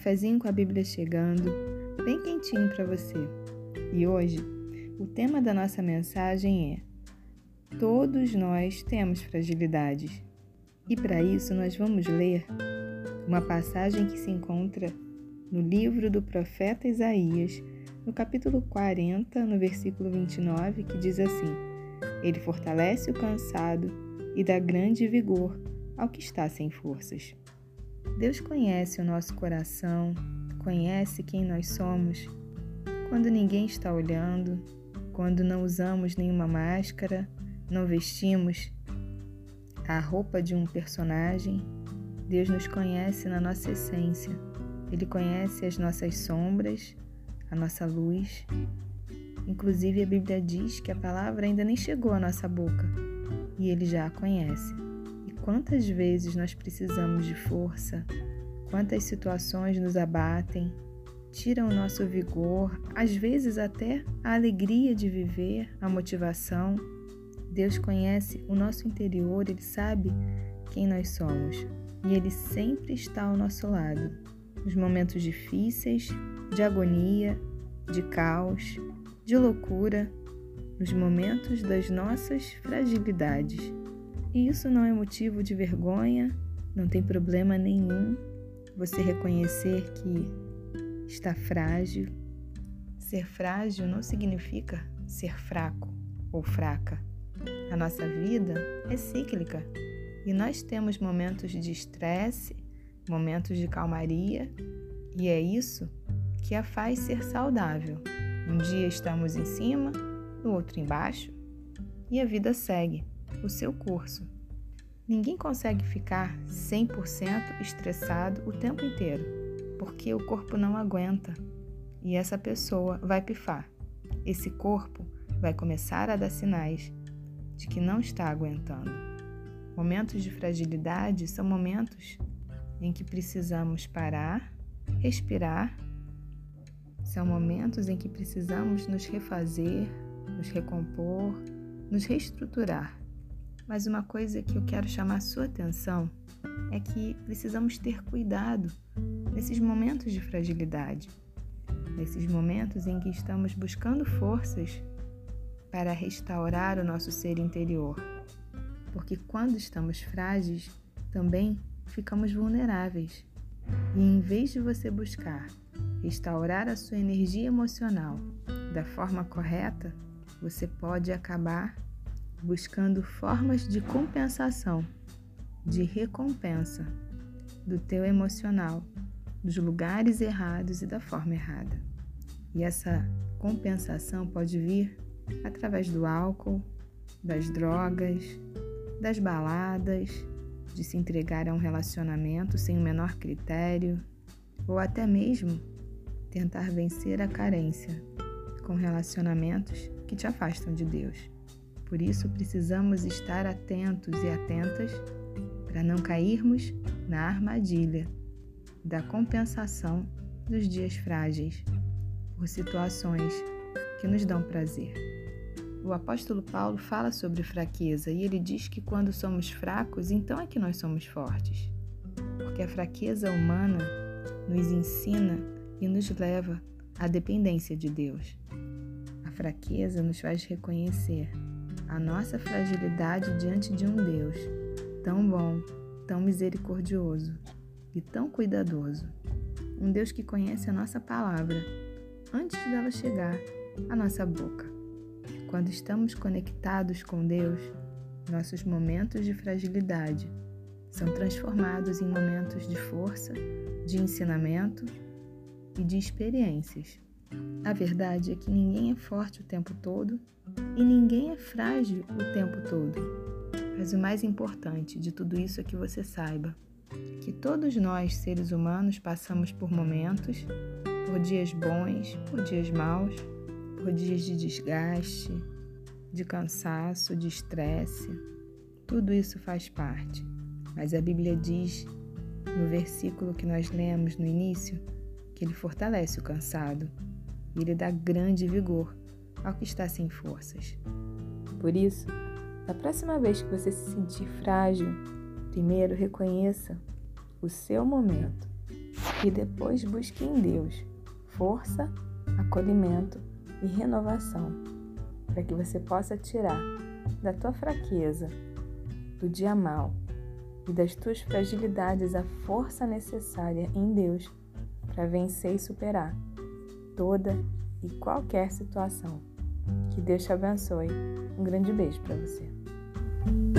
cafezinho com a Bíblia chegando, bem quentinho para você. E hoje, o tema da nossa mensagem é: todos nós temos fragilidades. E para isso nós vamos ler uma passagem que se encontra no livro do profeta Isaías, no capítulo 40, no versículo 29, que diz assim: Ele fortalece o cansado e dá grande vigor ao que está sem forças. Deus conhece o nosso coração, conhece quem nós somos, quando ninguém está olhando, quando não usamos nenhuma máscara, não vestimos a roupa de um personagem. Deus nos conhece na nossa essência. Ele conhece as nossas sombras, a nossa luz. Inclusive, a Bíblia diz que a palavra ainda nem chegou à nossa boca e Ele já a conhece. E quantas vezes nós precisamos de força, quantas situações nos abatem, tiram o nosso vigor, às vezes até a alegria de viver, a motivação. Deus conhece o nosso interior, Ele sabe quem nós somos e Ele sempre está ao nosso lado, nos momentos difíceis, de agonia, de caos, de loucura, nos momentos das nossas fragilidades. E isso não é motivo de vergonha, não tem problema nenhum você reconhecer que está frágil. Ser frágil não significa ser fraco ou fraca. A nossa vida é cíclica e nós temos momentos de estresse, momentos de calmaria, e é isso que a faz ser saudável. Um dia estamos em cima, no outro embaixo, e a vida segue o seu curso. Ninguém consegue ficar 100% estressado o tempo inteiro, porque o corpo não aguenta e essa pessoa vai pifar. Esse corpo vai começar a dar sinais de que não está aguentando. Momentos de fragilidade são momentos em que precisamos parar, respirar. São momentos em que precisamos nos refazer, nos recompor, nos reestruturar. Mas uma coisa que eu quero chamar a sua atenção é que precisamos ter cuidado nesses momentos de fragilidade, nesses momentos em que estamos buscando forças para restaurar o nosso ser interior. Porque quando estamos frágeis, também ficamos vulneráveis. E em vez de você buscar restaurar a sua energia emocional da forma correta, você pode acabar buscando formas de compensação, de recompensa do teu emocional, dos lugares errados e da forma errada. E essa compensação pode vir através do álcool, das drogas, das baladas, de se entregar a um relacionamento sem o menor critério, ou até mesmo tentar vencer a carência com relacionamentos que te afastam de Deus. Por isso, precisamos estar atentos e atentas para não cairmos na armadilha da compensação dos dias frágeis por situações que nos dão prazer. O apóstolo Paulo fala sobre fraqueza e ele diz que quando somos fracos, então é que nós somos fortes. Porque a fraqueza humana nos ensina e nos leva à dependência de Deus. A fraqueza nos faz reconhecer a nossa fragilidade diante de um Deus tão bom, tão misericordioso e tão cuidadoso. Um Deus que conhece a nossa palavra antes dela chegar à nossa boca. Quando estamos conectados com Deus, nossos momentos de fragilidade são transformados em momentos de força, de ensinamento e de experiências. A verdade é que ninguém é forte o tempo todo e ninguém é frágil o tempo todo. Mas o mais importante de tudo isso é que você saiba que todos nós, seres humanos, passamos por momentos, por dias bons, por dias maus, por dias de desgaste, de cansaço, de estresse. Tudo isso faz parte. Mas a Bíblia diz, no versículo que nós lemos no início, que Ele fortalece o cansado e Ele dá grande vigor ao que está sem forças. Por isso, da próxima vez que você se sentir frágil, primeiro reconheça o seu momento E depois busque em Deus força, acolhimento e renovação, para que você possa tirar da tua fraqueza, do dia mal e das tuas fragilidades a força necessária em Deus para vencer e superar toda e qualquer situação. Que Deus te abençoe. Um grande beijo para você.